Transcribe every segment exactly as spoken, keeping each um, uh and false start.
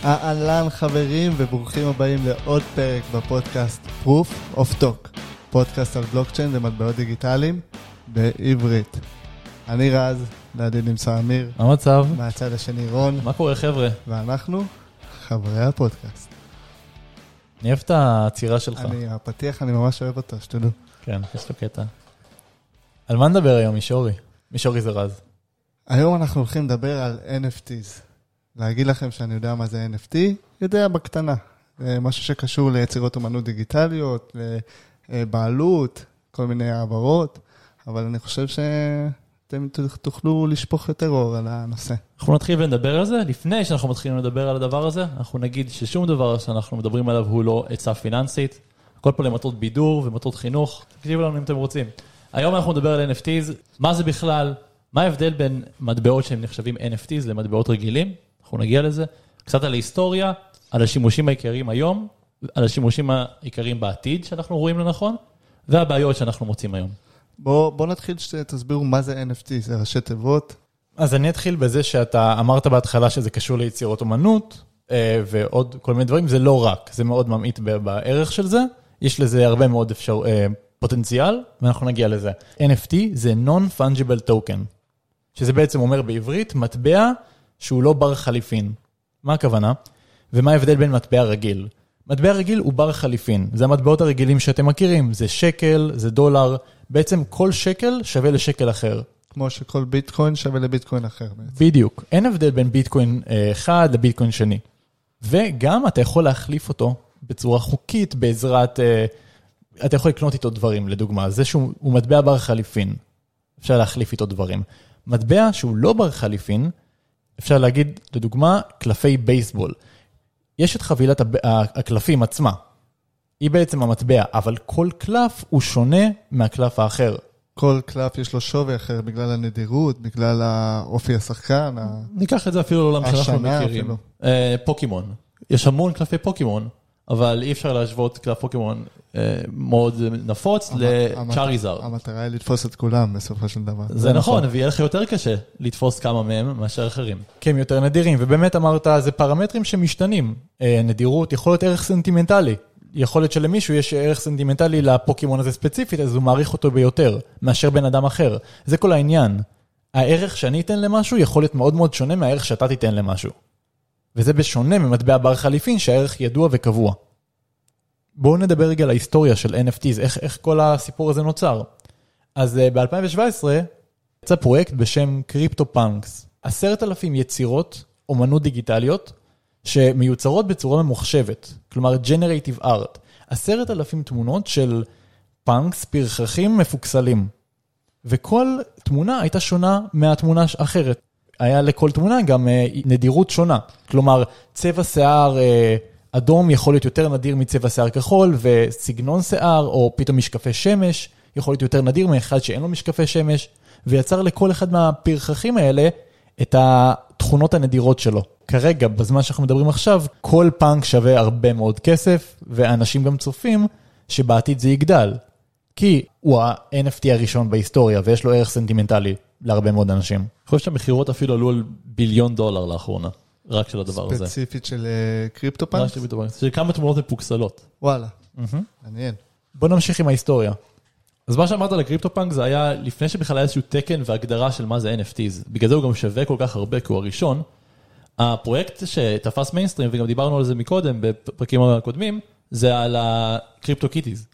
אהלן חברים וברוכים הבאים לעוד פרק בפודקאסט Proof of Talk, פודקאסט על בלוקצ'יין ומטבעות דיגיטליים בעברית. אני רז, לידי נמצא אמיר. מה המצב? מהצד השני רון. מה קורה חבר'ה? ואנחנו חברי הפודקאסט. אני אוהב את הצירה שלך. אני, הפתיח, אני ממש אוהב אותו, שתדעו. כן, יש לו קטע. על מה נדבר היום, מישורי? מישורי זה רז. היום אנחנו הולכים לדבר על אן אף טיז. להגיד לכם שאני יודע מה זה אן אף טי, יודע בקטנה. זה משהו שקשור ליצירות אומנות דיגיטליות, לבעלות, כל מיני העברות, אבל אני חושב שאתם תוכלו לשפוך יותר אור על הנושא. אנחנו נתחיל ונדבר על זה. לפני שאנחנו מתחילים לדבר על הדבר הזה, אנחנו נגיד ששום דבר שאנחנו מדברים עליו הוא לא עצה פיננסית. הכל פה למטרות בידור ומטרות חינוך. תקשיבו לנו אם אתם רוצים. היום אנחנו נדבר על אן אף טיז. מה זה בכלל? מה ההבדל בין מטבעות שהם נחשבים אן אף טיז למטבעות רגילים? אנחנו נגיע לזה. קצת על ההיסטוריה, על השימושים העיקריים היום, על השימושים העיקריים בעתיד שאנחנו רואים לנכון, והבעיות שאנחנו מוצאים היום. בוא, בוא נתחיל שתסבירו מה זה אן אף טי, זה ראשי תיבות. אז אני אתחיל בזה שאתה אמרת בהתחלה שזה קשור ליצירות אומנות, ועוד כל מיני דברים, זה לא רק, זה מאוד ממעיט בערך של זה, יש לזה הרבה מאוד אפשר, פוטנציאל, ואנחנו נגיע לזה. אן אף טי זה Non-Fungible Token, שזה בעצם אומר בעברית, מטבע שהוא לא בר חליפין. מה הכוונה? ומה ההבדל בין מטבע רגיל? מטבע רגיל הוא בר חליפין, זה המטבעות הרגילים שאתם מכירים, זה שקל, זה דולר, בעצם כל שקל שווה לשקל אחר. כמו שכל ביטקוין שווה לביטקוין אחר. בעצם. בדיוק, אין הבדל בין ביטקוין אחד לביטקוין שני. וגם אתה יכול להחליף אותו בצורה חוקית בעזרת, אתה יכול לקנות איתו דברים, לדוגמה, זה שהוא מטבע בר חליפין, אפשר להחליף איתו דברים. מטבע שהוא לא בר חליפין, אפשר להגיד, לדוגמה, קלפי בייסבול. יש את חבילת הקלפים עצמה. היא בעצם המטבע, אבל כל קלף הוא שונה מהקלף האחר. כל קלף יש לו שווי אחר בגלל הנדירות, בגלל האופי השחקן. ניקח את זה אפילו לעולם שאנחנו מכירים. פוקימון. יש המון קלפי פוקימון, אבל אי אפשר להשוות קלף פוקימון מאוד נפוץ לצ'אריזארד. המטרה היא לתפוס את כולם בסופו של דבר. זה נכון, ויהיה לך יותר קשה לתפוס כמה מהם מאשר אחרים. כי הם יותר נדירים, ובאמת אמרת, זה פרמטרים שמשתנים. נדירות יכול להיות ערך סנטימנטלי. יכול להיות שלמישהו יש ערך סנטימנטלי לפוקימון הזה ספציפית, אז הוא מעריך אותו ביותר, מאשר בן אדם אחר. זה כל העניין. הערך שאני אתן למשהו יכול להיות מאוד מאוד שונה מהערך שאתה תיתן למשהו. וזה בשונה ממטבע בר חליפין, שהערך ידוע וקבוע. בואו נדבר רגע על ההיסטוריה של אן אף טיז, איך, איך כל הסיפור הזה נוצר. אז ב-אלפיים שבע עשרה יצא פרויקט בשם קריפטו-פאנקס. עשרת אלפים יצירות אומנות דיגיטליות, שמיוצרות בצורה ממוחשבת, כלומר Generative Art. עשרת אלפים תמונות של פאנקס, פרחחים מפוקסלים. וכל תמונה הייתה שונה מהתמונה האחרת. היה לכל תמונה גם נדירות שונה. כלומר, צבע שיער אדום יכול להיות יותר נדיר מצבע שיער כחול, וסגנון שיער או פתאום משקפי שמש יכול להיות יותר נדיר מאחד שאין לו משקפי שמש, ויצר לכל אחד מהפרחחים האלה את התכונות הנדירות שלו. כרגע, בזמן שאנחנו מדברים עכשיו, כל פאנק שווה הרבה מאוד כסף, ואנשים גם צופים שבעתיד זה יגדל. כי הוא ה-אן אף טי הראשון בהיסטוריה, ויש לו ערך סנטימנטלי להרבה מאוד אנשים. אני חושב שהמחירות אפילו עלו על ביליון דולר לאחרונה, רק של הדבר הזה. ספציפית של קריפטו-פאנקס? רק של קריפטו-פאנקס, של כמה תמונות מפוקסלות. וואלה, מעניין. בוא נמשיך עם ההיסטוריה. אז מה שאמרת על הקריפטו-פאנק זה היה לפני שבכלל היה איזשהו תקן והגדרה של מה זה אן אף טיז. בגלל זה הוא גם שווה כל כך הרבה, כי הוא הראשון. הפרויקט שתפס מיינסטרים, וגם דיברנו על זה מקודם, בפרקים הקודמים, זה על הקריפטו קיטיז.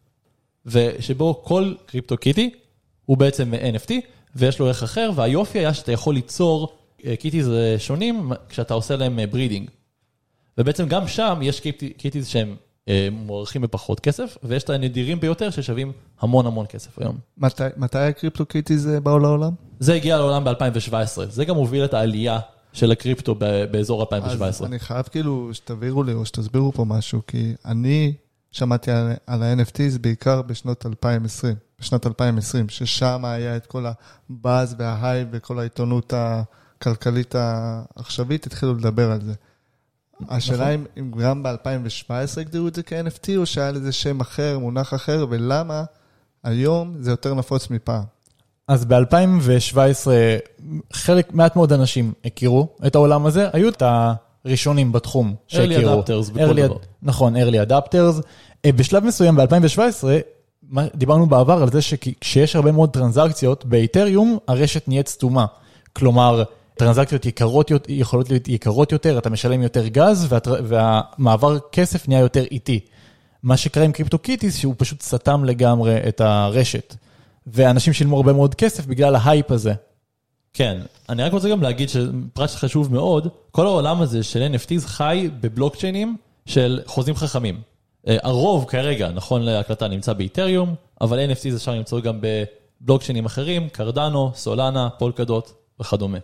ושבו כל קריפטו קיטי הוא בעצם אן אף טי, ויש לו ערך אחר, והיופי היה שאתה יכול ליצור קיטיז שונים כשאתה עושה להם ברידינג. ובעצם גם שם יש קיטיז שהם מוערכים בפחות כסף, ויש את הנדירים ביותר ששווים המון המון כסף היום. מתי, מתי הקריפטו קיטיז באו לעולם? זה הגיע לעולם ב-אלפיים שבע עשרה. זה גם הוביל את העלייה של הקריפטו באזור אלפיים שבע עשרה. אז אני חייב כאילו שתבירו לי או שתסבירו פה משהו, כי אני שמעתי על ה-אן אף טיז בעיקר בשנות אלפיים ועשרים, בשנת אלפיים ועשרים, ששם היה את כל הבאז וההייב וכל העיתונות הכלכלית העכשווית, התחילו לדבר על זה. השאלה אם, אם גם ב-אלפיים שבע עשרה הגדירו את זה כ-אן אף טי, או שהיה לזה שם אחר, מונח אחר, ולמה היום זה יותר נפוץ מפעם? אז ב-אלפיים שבע עשרה חלק, מעט מאוד אנשים הכירו את העולם הזה, היו את הראשונים בתחום שהכירו. Early adapters בכל דבר. נכון, early adapters. בשלב מסוים ב-אלפיים שבע עשרה, דיברנו בעבר על זה שכשיש הרבה מאוד טרנזקציות, באתריום הרשת נהיית סתומה. כלומר, טרנזקציות יקרות, יכולות להיות יקרות יותר, אתה משלם יותר גז, והמעבר כסף נהיה יותר איטי. מה שקרה עם קריפטוקיטיס, שהוא פשוט סתם לגמרי את הרשת. ואנשים שילמו הרבה מאוד כסף בגלל ההייפ הזה. כן, אני רק רוצה גם להגיד שפרט שחשוב מאוד, כל העולם הזה של אן אף טיז חי בבלוקצ'יינים של חוזים חכמים. הרוב כרגע, נכון להקלטה, נמצא באתריום, אבל אן אף טיז אפשר למצוא גם בבלוקצ'יינים אחרים, קרדנו, סולנה, פולקדוט וכדומה.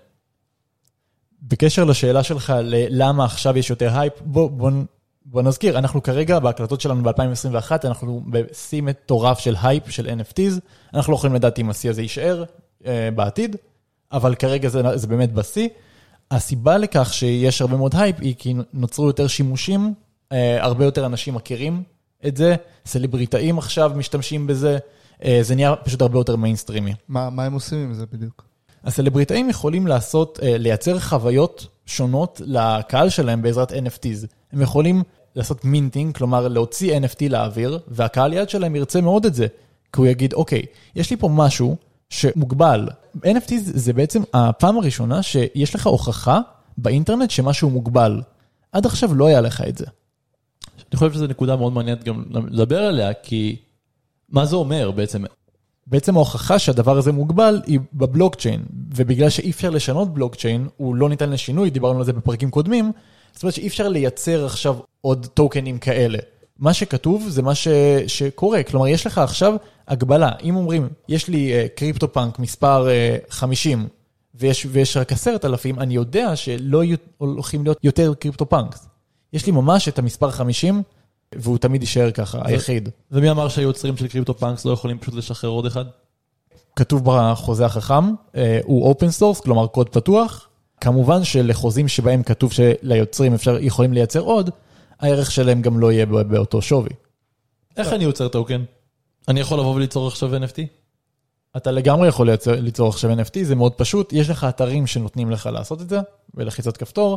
בקשר לשאלה שלך ללמה עכשיו יש יותר הייפ, בוא, בוא, בוא נזכיר, אנחנו כרגע בהקלטות שלנו ב-אלפיים עשרים ואחת, אנחנו בשיא מטורף של הייפ של אן אף טיז, אנחנו לא יכולים לדעת אם השיא הזה יישאר אה, בעתיד, אבל כרגע זה, זה באמת בשיא. הסיבה לכך שיש הרבה מאוד הייפ היא כי נוצרו יותר שימושים, אה, הרבה יותר אנשים מכירים את זה, סלבריטאים עכשיו משתמשים בזה, אה, זה נהיה פשוט הרבה יותר מיינסטרימי. מה, מה הם עושים עם זה בדיוק? הסלבריטאים יכולים לעשות, לייצר חוויות שונות לקהל שלהם בעזרת אן אף טיז. הם יכולים לעשות מינטינג, כלומר להוציא אן אף טי לאוויר, והקהל יד שלהם ירצה מאוד את זה. כי הוא יגיד, אוקיי, יש לי פה משהו שמוגבל. אן אף טי זה בעצם הפעם הראשונה שיש לך הוכחה באינטרנט שמשהו מוגבל. עד עכשיו לא היה לך את זה. אני חושב שזו נקודה מאוד מעניינת גם לדבר עליה, כי מה זה אומר בעצם? בעצם ההוכחה שהדבר הזה מוגבל היא בבלוקצ'יין, ובגלל שאי אפשר לשנות בלוקצ'יין, הוא לא ניתן לשינוי, דיברנו על זה בפרקים קודמים, זאת אומרת שאי אפשר לייצר עכשיו עוד טוקנים כאלה. מה שכתוב זה מה ש... שקורה, כלומר יש לך עכשיו הגבלה, אם אומרים, יש לי uh, קריפטו פאנק מספר uh, חמישים, ויש, ויש רק עשרת אלפים, אני יודע שלא הולכים להיות יותר קריפטו פאנקס. יש לי ממש את המספר חמישים, והוא תמיד יישאר ככה, היחיד. ומי אמר שהיוצרים של קריפטו פאנקס לא יכולים פשוט לשחרר עוד אחד? כתוב בחוזה החכם, הוא אופן סורס, כלומר קוד פתוח. כמובן שלחוזים שבהם כתוב שליוצרים אפשר, יכולים לייצר עוד, הערך שלהם גם לא יהיה באותו שווי. איך אני יוצר טוקן? אני יכול לבוא וליצור עכשיו אן אף טי? אתה לגמרי יכול ליצור, ליצור עכשיו אן אף טי, זה מאוד פשוט. יש לך אתרים שנותנים לך לעשות את זה, ולחיצות כפתור,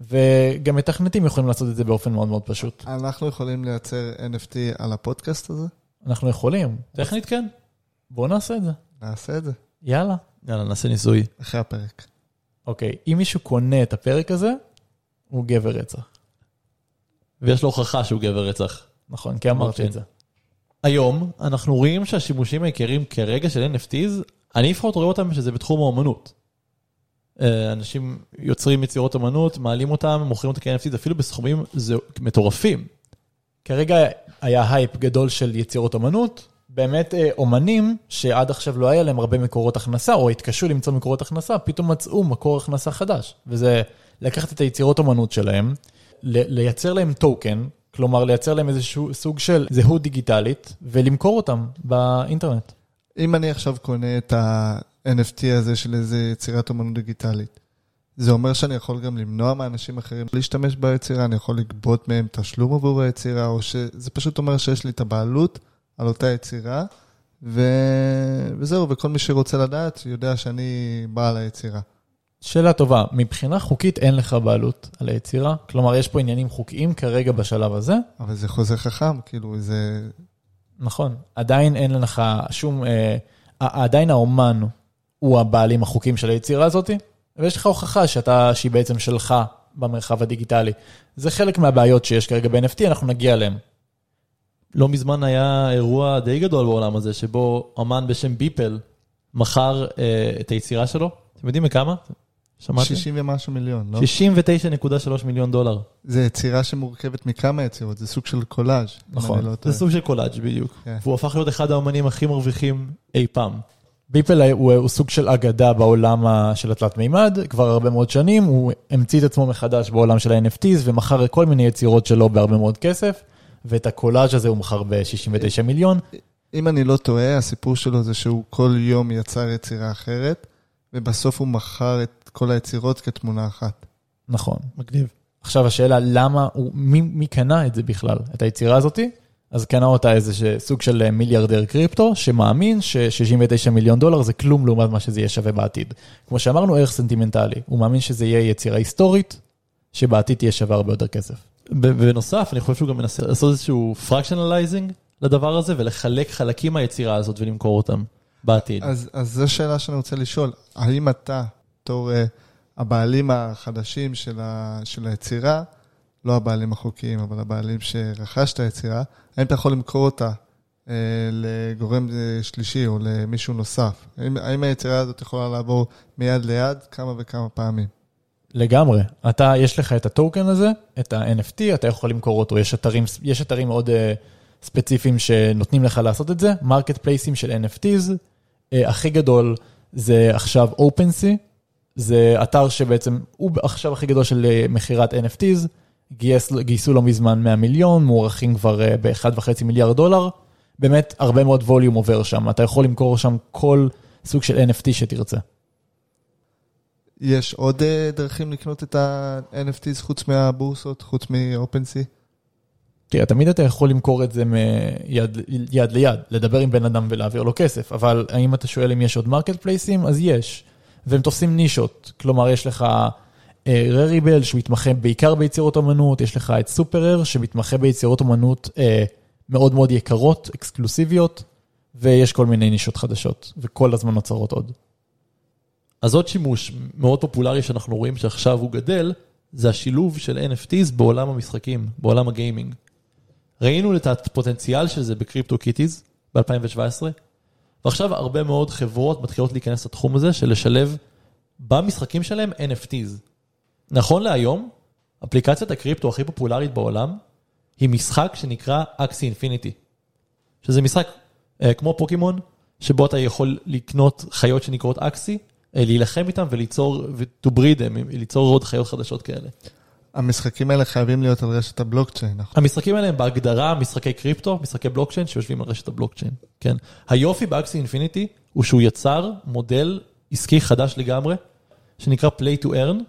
וגם מתכנתים יכולים לעשות את זה באופן מאוד מאוד פשוט. אנחנו יכולים לייצר אן אף טי על הפודקאסט הזה? אנחנו יכולים. טכנית כן. בואו נעשה את זה. נעשה את זה. יאללה. יאללה, נעשה ניסוי. אחרי הפרק. אוקיי, אם מישהו קונה את הפרק הזה, הוא גבר רצח. ויש לו הוכחה שהוא גבר רצח. נכון, כי אמרתי את זה. היום אנחנו רואים שהשימושים העיקריים כרגע של אן אף טיז, אני לפחות רואה אותם שזה בתחום האמנות. אנשים יוצרים יצירות אמנות, מעלים אותם, מוכרים אותם כ-אן אף טי, אפילו בסכומים מטורפים. כרגע היה הייפ גדול של יצירות אמנות, באמת אומנים שעד עכשיו לא היה להם הרבה מקורות הכנסה, או התקשו למצוא מקורות הכנסה, פתאום מצאו מקור הכנסה חדש. וזה לקחת את היצירות אמנות שלהם, לייצר להם טוקן, כלומר לייצר להם איזשהו סוג של זהות דיגיטלית, ולמכור אותם באינטרנט. אם אני עכשיו קונה את ה-אן אף טי הזה של איזו יצירת אמנות דיגיטלית, זה אומר שאני יכול גם למנוע מאנשים אחרים להשתמש ביצירה, אני יכול לגבות מהם תשלום עבור היצירה, או שזה פשוט אומר שיש לי את הבעלות על אותה יצירה, ו... וזהו, וכל מי שרוצה לדעת יודע שאני בעל היצירה. שאלה טובה, מבחינה חוקית אין לך בעלות על היצירה, כלומר יש פה עניינים חוקיים כרגע בשלב הזה. אבל זה חוזה חכם, כאילו זה... נכון, עדיין אין לך שום, אה, עדיין האומן הוא הבעלים החוקיים של היצירה הזאת, ויש לך הוכחה שאתה, שהיא בעצם שלך במרחב הדיגיטלי. זה חלק מהבעיות שיש כרגע ב-אן אף טי, אנחנו נגיע אליהם. לא מזמן היה אירוע די גדול בעולם הזה, שבו אמן בשם ביפל מכר אה, את היצירה שלו. אתם יודעים מכמה? שמעתם? שישים ומשהו מיליון, לא? שישים ותשע נקודה שלוש מיליון דולר. זה יצירה שמורכבת מכמה יצירות, זה סוג של קולאז'. נכון, לא זה סוג של קולאז' בדיוק. Yeah. והוא הפך להיות אחד האמנים הכי מרוויחים אי פעם. ביפל הוא, הוא סוג של אגדה בעולם של התלת מימד, כבר הרבה מאוד שנים, הוא המציא את עצמו מחדש בעולם של ה-אן אף טיז, ומכר כל מיני יצירות שלו בהרבה מאוד כסף, ואת הקולאז' הזה הוא מכר ב-שישים ותשע מיליון. אם אני לא טועה, הסיפור שלו זה שהוא כל יום יצר יצירה אחרת, ובסוף הוא מכר את כל היצירות כתמונה אחת. נכון. מגניב. עכשיו השאלה, למה הוא, מי, מי קנה את זה בכלל, את היצירה הזאת? אז קנה אותה איזה סוג של מיליארדר קריפטו, שמאמין ש-שישים ותשע מיליון דולר זה כלום לעומת מה שזה יהיה שווה בעתיד. כמו שאמרנו, ערך סנטימנטלי. הוא מאמין שזה יהיה יצירה היסטורית, שבעתיד תהיה שווה הרבה יותר כסף. בנוסף, אני חושב שהוא גם מנסה לעשות איזשהו fractionalizing לדבר הזה, ולחלק חלקים מהיצירה הזאת ולמכור אותם בעתיד. אז, אז זו שאלה שאני רוצה לשאול, האם אתה, תור הבעלים החדשים של, ה, של היצירה, לא הבעלים החוקיים, אבל הבעלים שרכש את היצירה, האם אתה יכול למכור אותה אה, לגורם שלישי או למישהו נוסף? האם, האם היצירה הזאת יכולה לעבור מיד ליד כמה וכמה פעמים? לגמרי. אתה, יש לך את הטוקן הזה, את ה-אן אף טי, אתה יכול למכור אותו. יש אתרים, יש אתרים מאוד uh, ספציפיים שנותנים לך לעשות את זה. מרקט פלייסים של אן אף טיז. Uh, הכי גדול זה עכשיו OpenSea. זה אתר שבעצם הוא עכשיו הכי גדול של uh, מחירת אן אף טיז. גייס, גייסו לו מזמן מאה מיליון, מוערכים כבר uh, ב-אחד וחצי מיליארד דולר. באמת הרבה מאוד ווליום עובר שם. אתה יכול למכור שם כל סוג של אן אף טי שתרצה. יש עוד דרכים לקנות את ה-אן אף טיז חוץ מהבורסות, חוץ מ-OpenSea? תראה, תמיד אתה יכול למכור את זה מיד יד ליד, לדבר עם בן אדם ולהעביר לו כסף, אבל האם אתה שואל אם יש עוד מרקט פלייסים? אז יש, והם תופסים נישות, כלומר יש לך רריבל שמתמחה בעיקר ביצירות אומנות, יש לך את סופרר שמתמחה ביצירות אומנות מאוד מאוד יקרות, אקסקלוסיביות, ויש כל מיני נישות חדשות, וכל הזמן נוצרות עוד. אז עוד שימוש מאוד פופולרי שאנחנו רואים שעכשיו הוא גדל, זה השילוב של אן אף טיז בעולם המשחקים, בעולם הגיימינג. ראינו את הפוטנציאל של זה בקריפטו קיטיז ב-אלפיים שבע עשרה, ועכשיו הרבה מאוד חברות מתחילות להיכנס לתחום הזה של לשלב במשחקים שלהם אן אף טיז. נכון להיום, אפליקציית הקריפטו הכי פופולרית בעולם, היא משחק שנקרא Axie Infinity, שזה משחק אה, כמו פוקימון, שבו אתה יכול לקנות חיות שנקראות Axie, להילחם איתם וליצור, to breed them, ליצור עוד חיות חדשות כאלה. המשחקים האלה חייבים להיות על רשת הבלוקצ'יין, נכון? המשחקים האלה הם בהגדרה משחקי קריפטו, משחקי בלוקצ'יין שיושבים על רשת הבלוקצ'יין, כן. היופי באקסי אינפיניטי הוא שהוא יצר מודל עסקי חדש לגמרי, שנקרא play to earn,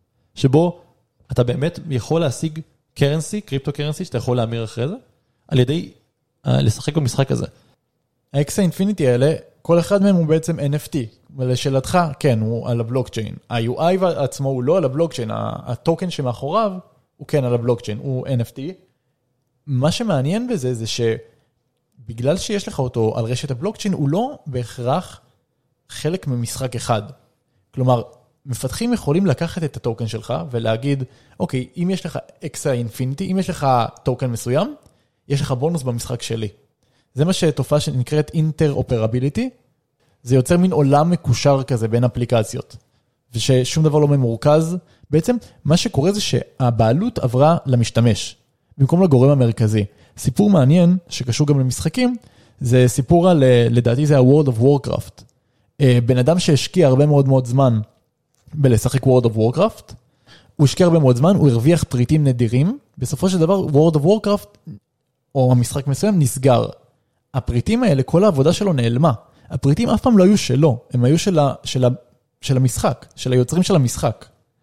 שבו אתה באמת יכול להשיג קרנסי, קריפטו קרנסי, שאתה יכול להמיר אחרי זה, על ידי לשחק במשחק הזה. האקסי אינפיניטי האלה, כל אחד מהם הוא בעצם אן אף טי, ולשאלתך, כן, הוא על הבלוקצ'יין. ה-יו איי עצמו הוא לא על הבלוקצ'יין, הטוקן שמאחוריו הוא כן על הבלוקצ'יין, הוא אן אף טי. מה שמעניין בזה זה שבגלל שיש לך אותו על רשת הבלוקצ'יין, הוא לא בהכרח חלק ממשחק אחד. כלומר, מפתחים יכולים לקחת את הטוקן שלך ולהגיד, אוקיי, אם יש לך אקסי אינפיניטי, אם יש לך טוקן מסוים, יש לך בונוס במשחק שלי. זה מה שתופעה שנקראת אינטר-אופרביליטי, זה יוצר מין עולם מקושר כזה בין אפליקציות, וששום דבר לא ממורכז. בעצם מה שקורה זה שהבעלות עברה למשתמש, במקום לגורם המרכזי. סיפור מעניין שקשור גם למשחקים, זה סיפור על, לדעתי זה ה-World of Warcraft. בן אדם שהשקיע הרבה מאוד מאוד זמן בלשחק World of Warcraft, הוא השקיע הרבה מאוד זמן, הוא הרוויח פריטים נדירים, בסופו של דבר World of Warcraft, או המשחק מסוים, נסגר. הפריטים האלה, כל העבודה שלו נעלמה. הפריטים אף פעם לא היו שלו, הם היו של, ה, של, ה, של המשחק, של היוצרים של המשחק.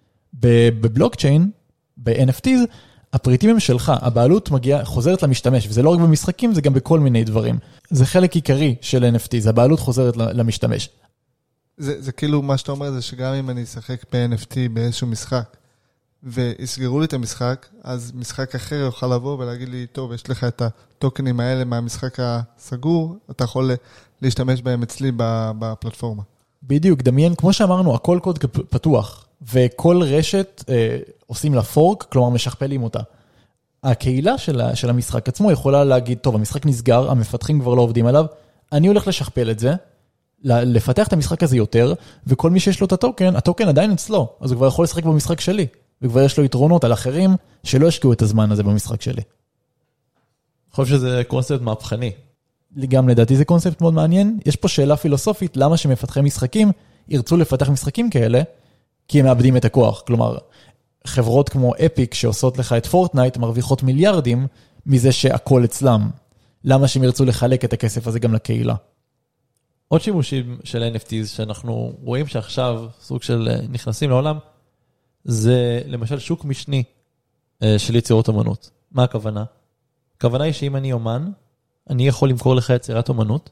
בבלוקצ'יין, ב-אן אף טיז, הפריטים הם שלך, הבעלות מגיעה, חוזרת למשתמש, וזה לא רק במשחקים, זה גם בכל מיני דברים. זה חלק עיקרי של אן אף טי, הבעלות חוזרת למשתמש. זה, זה כאילו מה שאתה אומר, זה שגם אם אני אשחק ב-אן אף טי באיזשהו משחק, ויסגרו לי את המשחק, אז משחק אחר יוכל לבוא ולהגיד לי, טוב, יש לך את הטוקנים האלה מהמשחק הסגור, אתה יכול להשתמש בהם אצלי בפלטפורמה. בדיוק, דמיין, כמו שאמרנו, הכל קוד פתוח, וכל רשת אה, עושים לה פורק, כלומר משכפלים אותה. הקהילה של, של המשחק עצמו יכולה להגיד, טוב, המשחק נסגר, המפתחים כבר לא עובדים עליו, אני הולך לשכפל את זה, לפתח את המשחק הזה יותר, וכל מי שיש לו את הטוקן, הטוקן עדיין אצלו, אז הוא כבר יכול לשחק במשחק שלי, וכבר יש לו יתרונות על אחרים שלא השקיעו את הזמן הזה במשחק שלי. אני חושב שזה קונספט מהפכני. גם לדעתי זה קונספט מאוד מעניין. יש פה שאלה פילוסופית, למה שמפתחי משחקים ירצו לפתח משחקים כאלה, כי הם מאבדים את הכוח. כלומר, חברות כמו אפיק שעושות לך את פורטנייט מרוויחות מיליארדים מזה שהכל אצלם. למה שהם ירצו לחלק את הכסף הזה גם לקהילה? עוד שימושים של אן אף טיז שאנחנו רואים שעכשיו סוג של נכנסים לעולם, זה למשל שוק משני של יצירות אמנות. מה הכוונה? הכוונה היא שאם אני אומן, אני יכול למכור לך יצירת אמנות,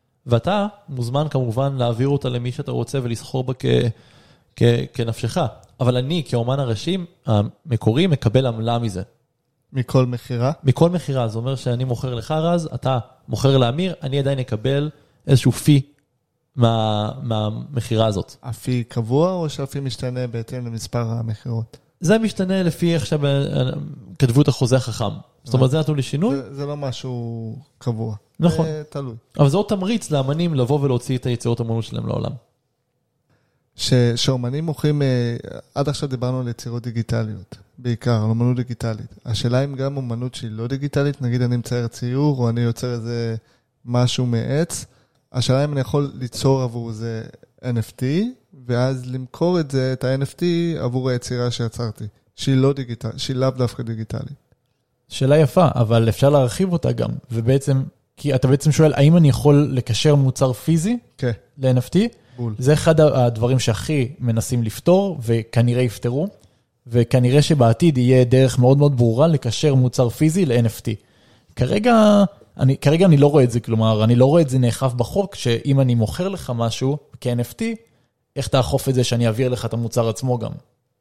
ואתה מוזמן כמובן להעביר אותה למי שאתה רוצה ולסחור בה כ, כ, כנפשך. אבל אני כאומן הראשי, המקורי, מקבל עמלה מזה. מכל מחירה? מכל מחירה, זה אומר שאני מוכר לך רז, אתה מוכר לאמיר, אני עדיין אקבל איזשהו פי מה, מהמחירה הזאת. הפי קבוע או שהפי משתנה בהתאם למספר המחירות? זה משתנה לפי איך שכתבו את החוזה החכם. זאת אומרת, זה נתון לשינוי. זה, זה לא משהו קבוע. נכון. זה תלוי. אבל זה עוד תמריץ לאמנים לבוא ולהוציא את היצירות האמנות שלהם לעולם. ש, שאומנים מוכרים, עד עכשיו דיברנו על יצירות דיגיטליות, בעיקר, על אומנות דיגיטלית. השאלה אם גם אומנות שהיא לא דיגיטלית, נגיד אני מצייר ציור, או אני יוצר איזה משהו מעץ, השאלה אם אני יכול ליצור עבור זה אן אף טי, ואז למכור את זה, את ה-אן אף טי, עבור היצירה שיצרתי, שהיא לא דיגיטלית, שהיא לאו דווקא דיגיטלית. שאלה יפה, אבל אפשר להרחיב אותה גם, ובעצם, כי אתה בעצם שואל, האם אני יכול לקשר מוצר פיזי כן. ל-אן אף טי? בול. זה אחד הדברים שהכי מנסים לפתור, וכנראה יפתרו, וכנראה שבעתיד יהיה דרך מאוד מאוד ברורה לקשר מוצר פיזי ל-אן אף טי. כרגע, אני, כרגע אני לא רואה את זה, כלומר, אני לא רואה את זה נאכף בחוק, שאם אני מוכר לך משהו כ-אן אף טי, איך תאכוף את זה שאני אעביר לך את המוצר עצמו גם?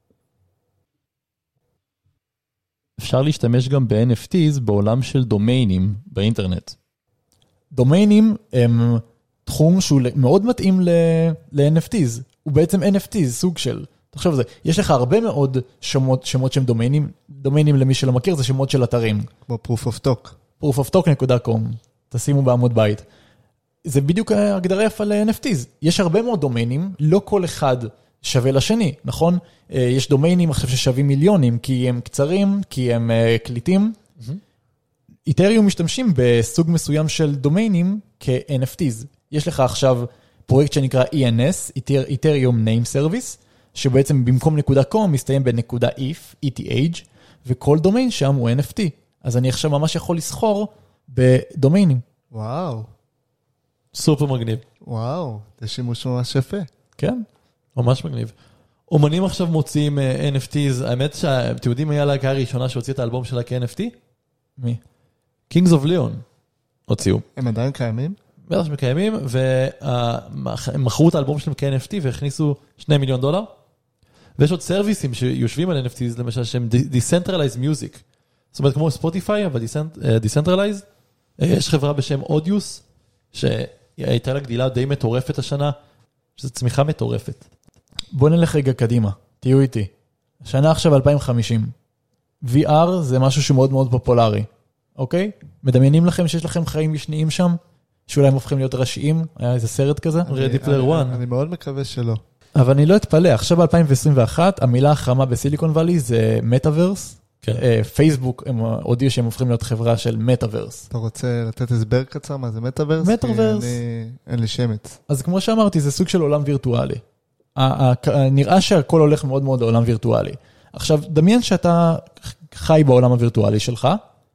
אפשר להשתמש גם ב-אן אף טיז בעולם של דומיינים באינטרנט. דומיינים הם תחום שהוא מאוד מתאים ל-אן אף טיז. הוא בעצם אן אף טי, סוג של, תחשוב על זה, יש לך הרבה מאוד שמות, שמות שהם דומיינים, דומיינים למי שלא מכיר, זה שמות של אתרים. כמו proof of talk. proof of talk דוט קום, תשימו בעמוד בית. זה בדיוק הגדרה יפה ל-אן אף טיז. יש הרבה מאוד דומיינים, לא כל אחד שווה לשני, נכון? יש דומיינים עכשיו ששווים מיליונים, כי הם קצרים, כי הם קליטים. איתריום משתמשים בסוג מסוים של דומיינים כ-אן אף טיז. יש לך עכשיו פרויקט שנקרא אי אן אס, איתריום Name Service, שבעצם במקום .com מסתיים בנקודה .eth, E-T-H, וכל דומיין שם הוא אן אף טי. אז אני עכשיו ממש יכול לסחור בדומיינים. וואו. סופר מגניב. וואו, זה שימוש ממש יפה. כן. ממש מגניב. אומנים עכשיו מוציאים אן אף טיז, האמת שאתם יודעים מי היה להקה הראשונה שהוציא את האלבום שלה כ-אן אף טי? מי? Kings of Leon הוציאו. הם עדיין קיימים? בטח שמקיימים, והם מכרו את האלבום שלהם כ-אן אף טי והכניסו שני מיליון דולר. ויש עוד סרוויסים שיושבים על אן אף טיז, למשל שהם Decentralized Music. זאת אומרת כמו ספוטיפיי, אבל Decentralized. יש חברה בשם אודיוס, שהייתה לה גדילה די מטורפת השנה, שזו צמיחה מטורפת. בוא נלך רגע קדימה, תהיו איתי. השנה עכשיו אלפיים וחמישים. וי אר זה משהו שמאוד מאוד פופולרי. אוקיי? מדמיינים לכם שיש לכם חיים משניים שם? שאולי הם הופכים להיות ראשיים? היה איזה סרט כזה? Ready Player One. אני מאוד מקווה שלא. אבל אני לא אתפלא. עכשיו ב-אלפיים עשרים ואחת, המילה החמה בסיליקון ואלי זה מטאברס. פייסבוק הם הודיעו שהם הופכים להיות חברה של מטאברס. אתה רוצה לתת הסבר קצר מה זה מטאברס? מטאברס. אין לי שמץ. אז כמו שאמרתי, זה סוג של עולם וירטואלי. נראה שהכל הולך מאוד מאוד לעולם וירטואלי. עכשיו, דמיין שאתה חי בעולם הווירטואלי שלך,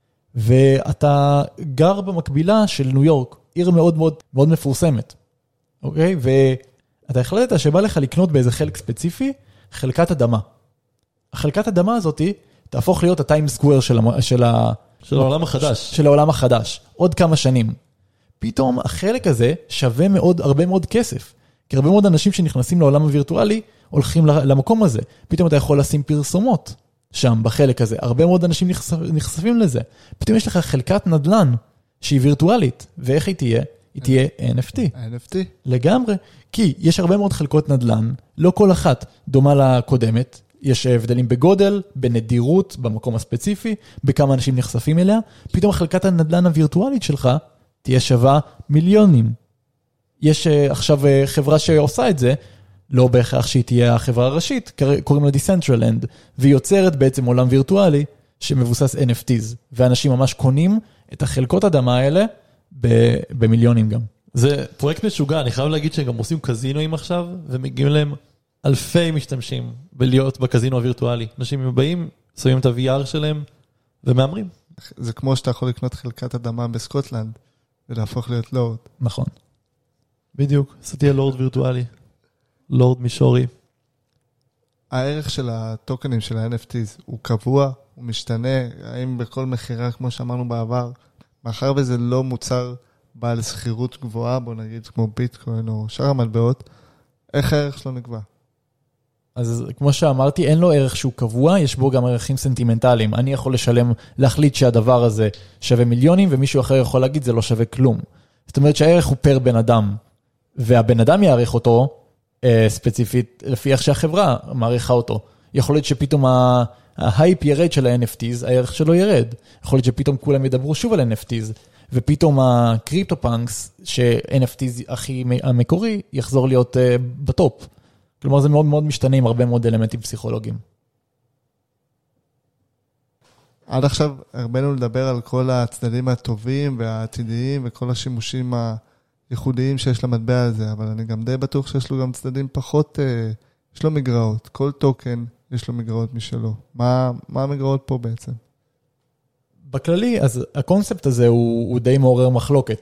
ואתה גר במקבילה של ניו יורק, עיר מאוד מאוד מאוד מפורסמת. אוקיי? ואתה החלטת שבא לך לקנות באיזה חלק ספציפי, חלקת אדמה. החלקת אדמה הזאת תהפוך להיות הטיים סקוואר של, של, ה... של העולם החדש. של העולם החדש. עוד כמה שנים. פתאום החלק הזה שווה מאוד, הרבה מאוד כסף. כי הרבה מאוד אנשים שנכנסים לעולם הווירטואלי, הולכים למקום הזה. פתאום אתה יכול לשים פרסומות שם, בחלק הזה. הרבה מאוד אנשים נחשפ, נחשפים לזה. פתאום יש לך חלקת נדל"ן שהיא וירטואלית. ואיך היא תהיה? היא תהיה אן אף טי. אן אף טי? לגמרי. כי יש הרבה מאוד חלקות נדל"ן, לא כל אחת דומה לקודמת. יש הבדלים בגודל, בנדירות, במקום הספציפי, בכמה אנשים נחשפים אליה. פתאום חלקת הנדל"ן הווירטואלית שלך תהיה שווה מיליונים. יש עכשיו חברה שעושה את זה, לא בהכרח שהיא תהיה החברה הראשית, קוראים לה Decentraland, והיא יוצרת בעצם עולם וירטואלי שמבוסס אן אף טיז, ואנשים ממש קונים את החלקות אדמה האלה במיליונים גם. זה פרויקט משוגע, אני חייב להגיד שהם גם עושים קזינואים עכשיו, ומגיעים להם אלפי משתמשים בלהיות בקזינו הווירטואלי. אנשים באים, שמים את ה-וי אר שלהם, ומאמרים. זה כמו שאתה יכול לקנות חלקת אדמה בסקוטלנד, ולהפוך להיות לורד. נכון. בדיוק, זה תהיה לורד וירטואלי. לורד מישורי. הערך של הטוקנים של ה-אן אף טיז הוא קבוע, הוא משתנה, האם בכל מחירה, כמו שאמרנו בעבר, מאחר וזה לא מוצר בעל סחירות גבוהה, בוא נגיד כמו ביטקוין או שאר המטבעות, איך הערך שלו נקבע? אז כמו שאמרתי, אין לו ערך שהוא קבוע, יש בו גם ערכים סנטימנטליים. אני יכול לשלם, להחליט שהדבר הזה שווה מיליונים, ומישהו אחר יכול להגיד, זה לא שווה כלום. זאת אומרת שהערך הוא פר בן אדם, והבן אדם יעריך אותו, אה, ספציפית, לפי איך שהחברה מעריכה אותו. יכול להיות שפתאום ההייפ ירד של ה-אן אף טיז, הערך שלו ירד. יכול להיות שפתאום כולם ידברו שוב על אן אף טיז, ופתאום הקריפטו-פאנקס, ש-אן אף טיז הכי המקורי, יחזור להיות אה, בטופ. כלומר, זה מאוד מאוד משתנה עם הרבה מאוד אלמנטים פסיכולוגיים. עד עכשיו הרבנו לדבר על כל הצדדים הטובים והעתידיים וכל השימושים הייחודיים שיש למטבע הזה, אבל אני גם די בטוח שיש לו גם צדדים פחות, יש לו מגרעות. כל טוקן יש לו מגרעות משלו. מה, מה המגרעות פה בעצם? בכללי, אז הקונספט הזה הוא, הוא די מעורר מחלוקת.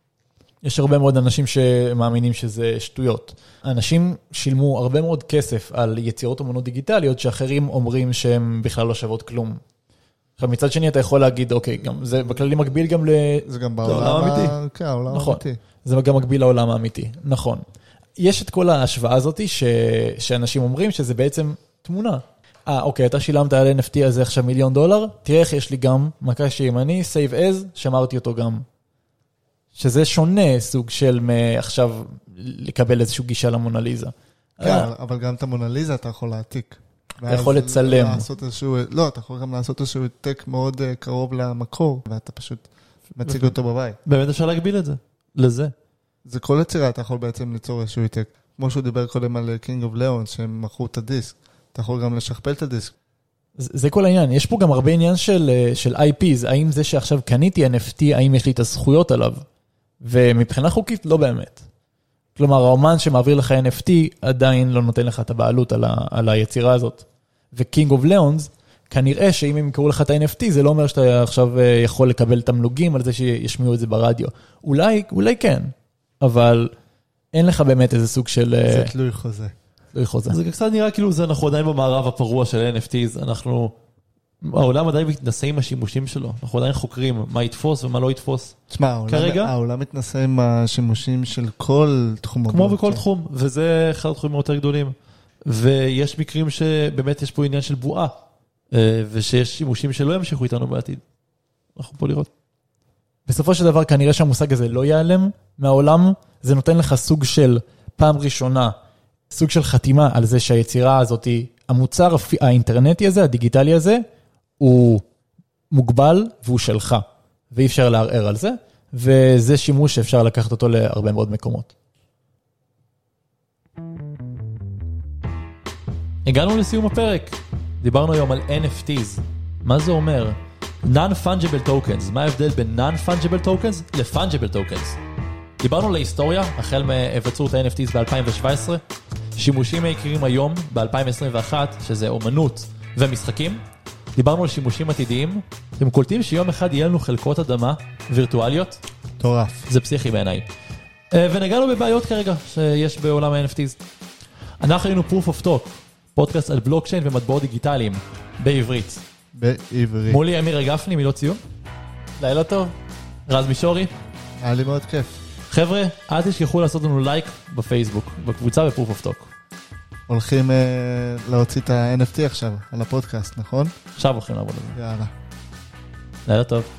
יש הרבה מאוד אנשים שמאמינים שזה שטויות. אנשים שילמו הרבה מאוד כסף על יצירות אומנות דיגיטליות, שאחרים אומרים שהן בכלל לא שוות כלום. עכשיו, מצד שני אתה יכול להגיד, אוקיי, גם זה בכללי מקביל גם ל... זה גם בעולם האמיתי. כן, העולם האמיתי. זה גם מקביל לעולם האמיתי, נכון. יש את כל ההשוואה הזאת ש... שאנשים אומרים שזה בעצם תמונה. אה, אוקיי, אתה שילמת על אן אף טי הזה עכשיו מיליון דולר, תראה איך יש לי גם, מכה שימני, save as, שמרתי אותו גם. שזה שונה סוג של עכשיו לקבל איזשהו גישה למונליזה. כן, אבל גם את המונליזה אתה יכול להעתיק. אתה יכול לצלם. לא, אתה יכול גם לעשות איזשהו העתק מאוד קרוב למקור, ואתה פשוט מציג אותו בבית. באמת אפשר להגביל את זה, לזה. זה כל יצירה, אתה יכול בעצם ליצור איזשהו העתק. כמו שהוא דיבר קודם על King of Leon, שהם מכרו את הדיסק. אתה יכול גם לשכפל את הדיסק. זה כל העניין. יש פה גם הרבה עניין של, של איי פיז. האם זה שעכשיו קניתי אן אף טי, האם יש לי את הזכויות עליו? ומבחינה חוקית, לא באמת. כלומר, האומן שמעביר לך אן אף טי עדיין לא נותן לך את הבעלות על, ה, על היצירה הזאת. ו-King of Leons, כנראה שאם הם יקראו לך את ה-אן אף טי, זה לא אומר שאתה עכשיו יכול לקבל תמלוגים על זה שישמיעו את זה ברדיו. אולי, אולי כן, אבל אין לך באמת איזה סוג של... זה תלוי חוזה. תלוי חוזה. זה קצת נראה כאילו זה, אנחנו עדיין במערב הפרוע של אן אף טיז, אנחנו... העולם עדיין מתנסה עם השימושים שלו, אנחנו עדיין חוקרים מה יתפוס ומה לא יתפוס. תשמע, העולם מתנסה עם השימושים של כל תחום. כמו בכל תחום, וזה אחד התחומים היותר גדולים. ויש מקרים שבאמת יש פה עניין של בועה, ושיש שימושים שלא ימשיכו איתנו בעתיד. אנחנו פה לראות. בסופו של דבר, כנראה שהמושג הזה לא ייעלם מהעולם, זה נותן לך סוג של פעם ראשונה, סוג של חתימה על זה שהיצירה הזאת, המוצר האינטרנטי הזה, הדיגיטלי הזה, הוא מוגבל והוא שלך, ואי אפשר לערער על זה, וזה שימוש שאפשר לקחת אותו להרבה מאוד מקומות. הגענו לסיום הפרק, דיברנו היום על אן אף טיז, מה זה אומר? Non-Fungible Tokens, מה ההבדל בין Non-Fungible Tokens ל-Fungible Tokens? דיברנו על ההיסטוריה, החל מהיווצרות ה-אן אף טיז ב-אלפיים שבע עשרה, שימושים העיקריים היום ב-אלפיים עשרים ואחת, שזה אומנות ומשחקים. דיברנו על שימושים עתידיים. אתם קולטים שיום אחד יהיה לנו חלקות אדמה וירטואליות? טורף. זה פסיכי בעיניי. ונגענו בבעיות כרגע שיש בעולם ה-אן אף טיז. אנחנו היינו Proof of Talk, פודקאסט על בלוקצ'יין ומטבעות דיגיטליים, בעברית. בעברית. מולי אמיר גפני, מילות סיום. לילה טוב. רז מישורי. היה לי מאוד כיף. חבר'ה, אל תשכחו לעשות לנו לייק בפייסבוק, בקבוצה ב-Proof of Talk. הולכים uh, להוציא את ה-אן אף טי עכשיו, על הפודקאסט, נכון? עכשיו הולכים לעבוד על זה. יאללה. לילה טוב.